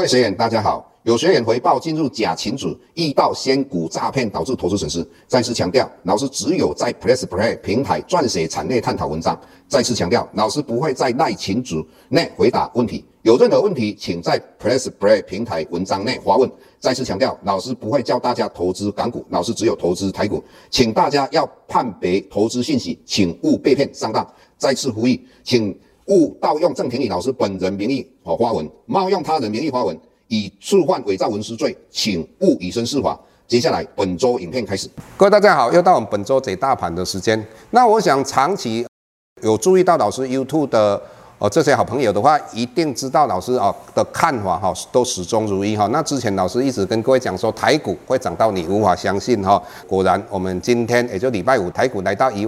学员大家好，有学员回报进入假群组，遇到仙股诈骗导致投资损失。再次强调，老师只有在 PressPlay 平台撰写产业探讨文章。再次强调，老师不会在赖群组内回答问题，有任何问题请在 PressPlay 平台文章内发问。再次强调，老师不会教大家投资港股，老师只有投资台股，请大家要判别投资信息，请勿被骗上当。再次呼吁，请勿盗用郑庭宇老师本人名义发文，冒用他人名义发文，以触犯伪造文书罪，请勿以身试法。接下来本周影片开始。 各位大家好，又到我们本周解大盘的时间。那我想长期有注意到老师 YouTube 的这些好朋友的话，一定知道老师的看法都始终如一哈。那之前老师一直跟各位讲说，台股会涨到你无法相信哈。果然，我们今天也就礼拜五，台股来到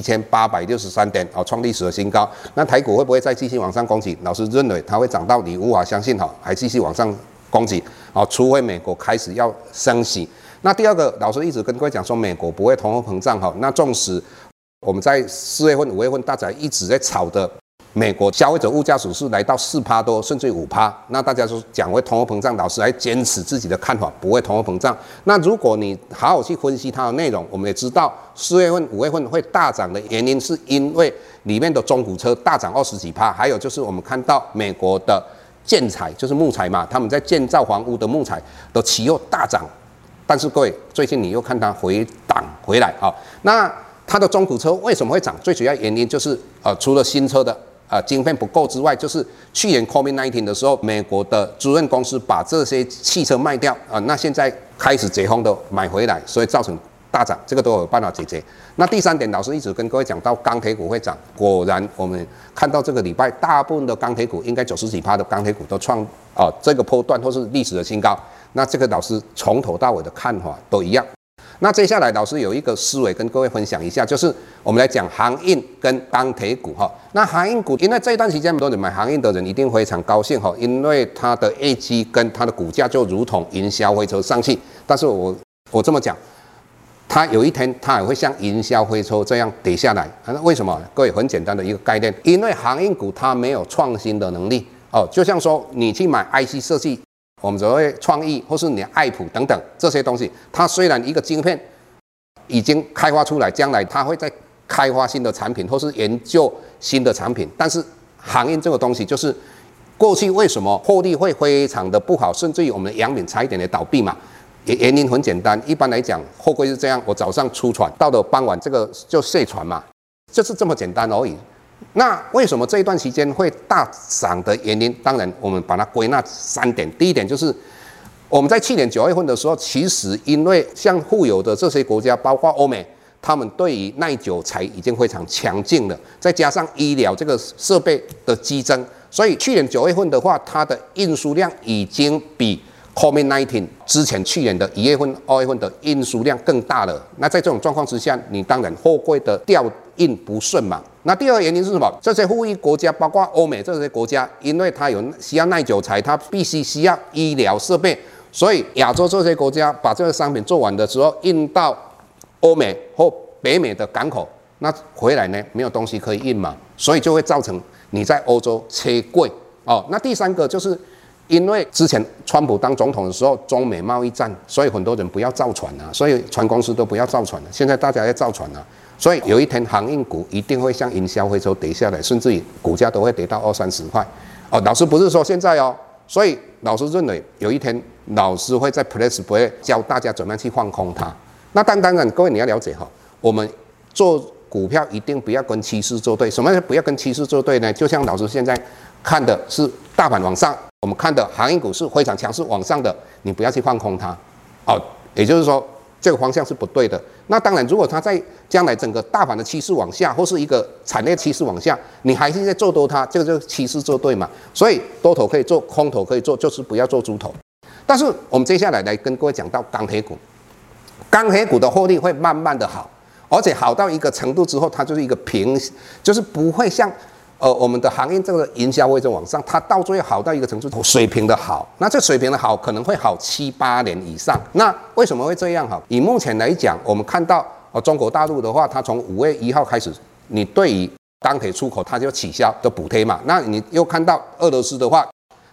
17863点创历史的新高。那台股会不会再继续往上攻击？老师认为它会涨到你无法相信还继续往上攻击除非美国开始要升息。那第二个，老师一直跟各位讲说，美国不会通货膨胀那纵使我们在4月份、5月份，大家一直在吵的美国消费者物价指数来到4%多，甚至于5%，那大家说讲会通货膨胀，老师还坚持自己的看法，不会通货膨胀。那如果你好好去分析它的内容，我们也知道4月份、5月份会大涨的原因，是因为里面的中古车大涨20几%，还有就是我们看到美国的建材，就是木材嘛，他们在建造房屋的木材的期货大涨。但是各位，最近你又看它回档回来那它的中古车为什么会涨？最主要原因就是除了新车的晶片不够之外，就是去年 COVID-19 的时候，美国的租赁公司把这些汽车卖掉那现在开始解封的买回来，所以造成大涨，这个都有办法解决。那第三点，老师一直跟各位讲到钢铁股会涨，果然我们看到这个礼拜大部分的钢铁股，应该90几%的钢铁股都创这个波段或是历史的新高。那这个老师从头到尾的看法都一样。那接下来老师有一个思维跟各位分享一下，就是我们来讲航运跟钢铁股那航运股，因为这一段时间很多人买航运的人一定非常高兴因为它的业绩跟它的股价就如同营销飞车上去。但是我这么讲，它有一天它也会像营销飞车这样跌下来。那为什么？各位很简单的一个概念，因为航运股它没有创新的能力就像说你去买 IC 设计。我们所谓创意或是你的爱普等等这些东西，它虽然一个晶片已经开发出来，将来它会再开发新的产品或是研究新的产品，但是航运这个东西就是过去为什么获利会非常的不好，甚至于我们的阳明差一点的倒闭嘛？原因很简单，一般来讲货柜是这样，我早上出船，到了傍晚这个就卸船嘛，就是这么简单而已。那为什么这一段期间会大涨的原因？当然，我们把它归纳3点。第一点就是我们在去年9月份的时候，其实因为像富有的这些国家，包括欧美，他们对于耐久材已经非常强劲了，再加上医疗这个设备的激增，所以去年9月份的话，它的运输量已经比 COVID-19 之前去年的1月份、2月份的运输量更大了。那在这种状况之下，你当然货柜的调运不顺嘛。那第二个原因是什么？这些富裕国家，包括欧美这些国家，因为它有需要耐久材，它必须需要医疗设备，所以亚洲这些国家把这个商品做完的时候，运到欧美或北美的港口，那回来呢没有东西可以运嘛，所以就会造成你在欧洲车贵那第三个就是因为之前川普当总统的时候，中美贸易战，所以很多人不要造船所以船公司都不要造船了。现在大家要造船所以有一天航运股一定会像营销飞车跌下来，甚至于股价都会跌到20-30块老师不是说现在所以老师认为有一天老师会在 PressPlay 教大家怎么样去放空它。那当然各位你要了解我们做股票一定不要跟趋势作对。什么叫不要跟趋势作对呢？就像老师现在看的是大盘往上，我们看的航运股是非常强势往上的，你不要去放空它也就是说这个方向是不对的。那当然，如果它在将来整个大盘的趋势往下，或是一个产业趋势往下，你还是在做多它，这个就是趋势做对嘛。所以多头可以做，空头可以做，就是不要做猪头。但是我们接下来跟各位讲到钢铁股，钢铁股的获利会慢慢的好，而且好到一个程度之后，它就是一个平，就是不会像我们的行业这个营销会在往上，它到最后好到一个程度，水平的好，那这水平的好可能会好7-8年以上。那为什么会这样以目前来讲，我们看到中国大陆的话，它从5月1号开始，你对于钢铁出口它就取消的补贴嘛。那你又看到俄罗斯的话，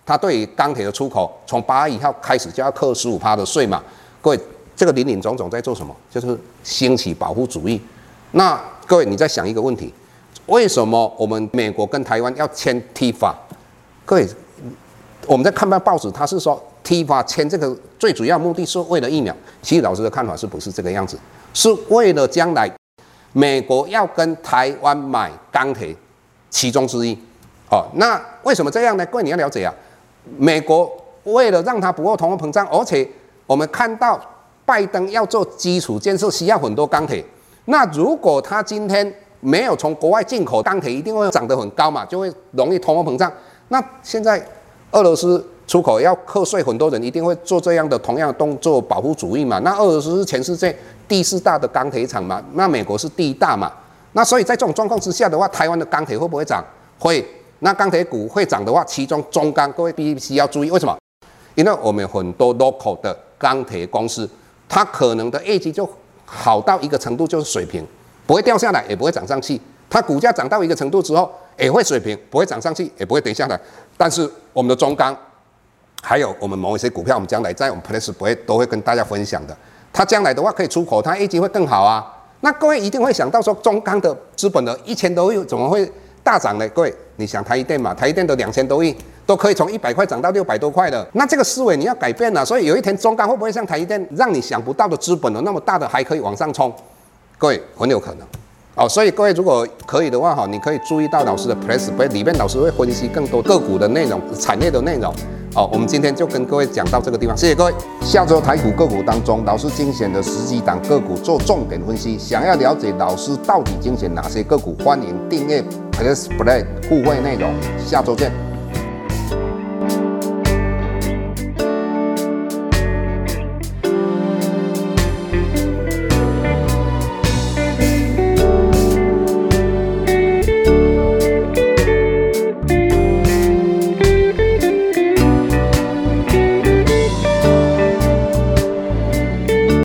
它对于钢铁的出口从8月1号开始就要课15%的税嘛。各位，这个林林总总在做什么？就是兴起保护主义。那各位，你在想一个问题：为什么我们美国跟台湾要签 TIFA？ 各位，我们在看报纸，他是说 TIFA 签这个最主要目的是为了疫苗。其实老师的看法是不是这个样子？是为了将来美国要跟台湾买钢铁其中之一。哦，那为什么这样呢？各位你要了解啊，美国为了让它不会通货膨胀，而且我们看到拜登要做基础建设，需要很多钢铁。那如果他今天没有从国外进口钢铁，一定会涨得很高嘛，就会容易通货膨胀。那现在俄罗斯出口要课税，很多人一定会做这样的同样的动作，保护主义嘛。那俄罗斯是全世界第4大的钢铁厂嘛，那美国是第1大嘛。那所以在这种状况之下的话，台湾的钢铁会不会涨？会。那钢铁股会涨的话，其中中钢，各位必须要注意，为什么？因为我们很多 local 的钢铁公司，它可能的业绩就好到一个程度，就是水平，不会掉下来，也不会涨上去。它股价涨到一个程度之后，也会水平，不会涨上去，也不会跌下来。但是我们的中钢，还有我们某一些股票，我们将来在我们 Plus 都会跟大家分享的。它将来的话可以出口，它业绩会更好啊。那各位一定会想到说，中钢的资本的1000多亿怎么会大涨呢？各位，你想台积电嘛？台积电的2000多亿都可以从100块涨到600多块了。那这个思维你要改变了。所以有一天中钢会不会像台积电，让你想不到的资本有那么大的还可以往上冲？各位很有可能。哦，所以各位如果可以的话，你可以注意到老师的 Press Play 里面，老师会分析更多个股的内容、产业的内容。哦，我们今天就跟各位讲到这个地方，谢谢各位。下周台股个股当中，老师精选的10几档个股做重点分析。想要了解老师到底精选哪些个股，欢迎订阅 Press Play 互惠内容。下周见。